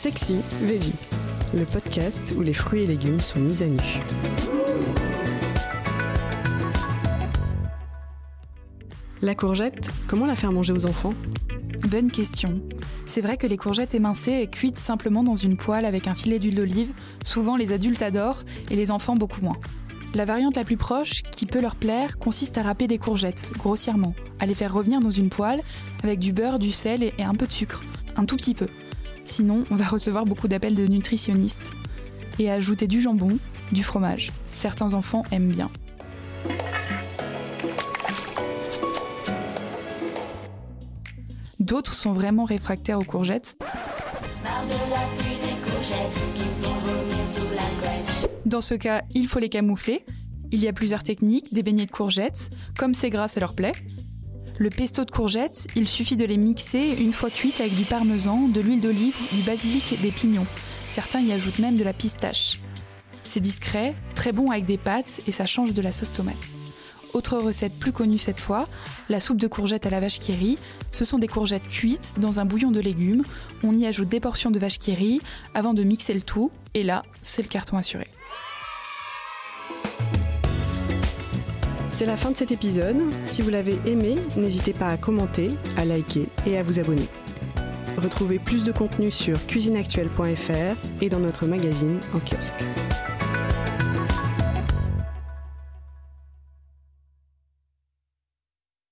Sexy Veggie, le podcast où les fruits et légumes sont mis à nu. La courgette, comment la faire manger aux enfants ? Bonne question. C'est vrai que les courgettes émincées et cuites simplement dans une poêle avec un filet d'huile d'olive, souvent les adultes adorent et les enfants beaucoup moins. La variante la plus proche, qui peut leur plaire, consiste à râper des courgettes, grossièrement, à les faire revenir dans une poêle avec du beurre, du sel et un peu de sucre, un tout petit peu. Sinon, on va recevoir beaucoup d'appels de nutritionnistes. Et à ajouter du jambon, du fromage. Certains enfants aiment bien. D'autres sont vraiment réfractaires aux courgettes. Dans ce cas, il faut les camoufler. Il y a plusieurs techniques, des beignets de courgettes, comme c'est gras, ça leur plaît. Le pesto de courgettes, il suffit de les mixer une fois cuites avec du parmesan, de l'huile d'olive, du basilic et des pignons. Certains y ajoutent même de la pistache. C'est discret, très bon avec des pâtes et ça change de la sauce tomate. Autre recette plus connue cette fois, la soupe de courgettes à la vache qui rit. Ce sont des courgettes cuites dans un bouillon de légumes. On y ajoute des portions de vache qui rit avant de mixer le tout. Et là, c'est le carton assuré. C'est la fin de cet épisode. Si vous l'avez aimé, n'hésitez pas à commenter, à liker et à vous abonner. Retrouvez plus de contenu sur cuisineactuelle.fr et dans notre magazine en kiosque.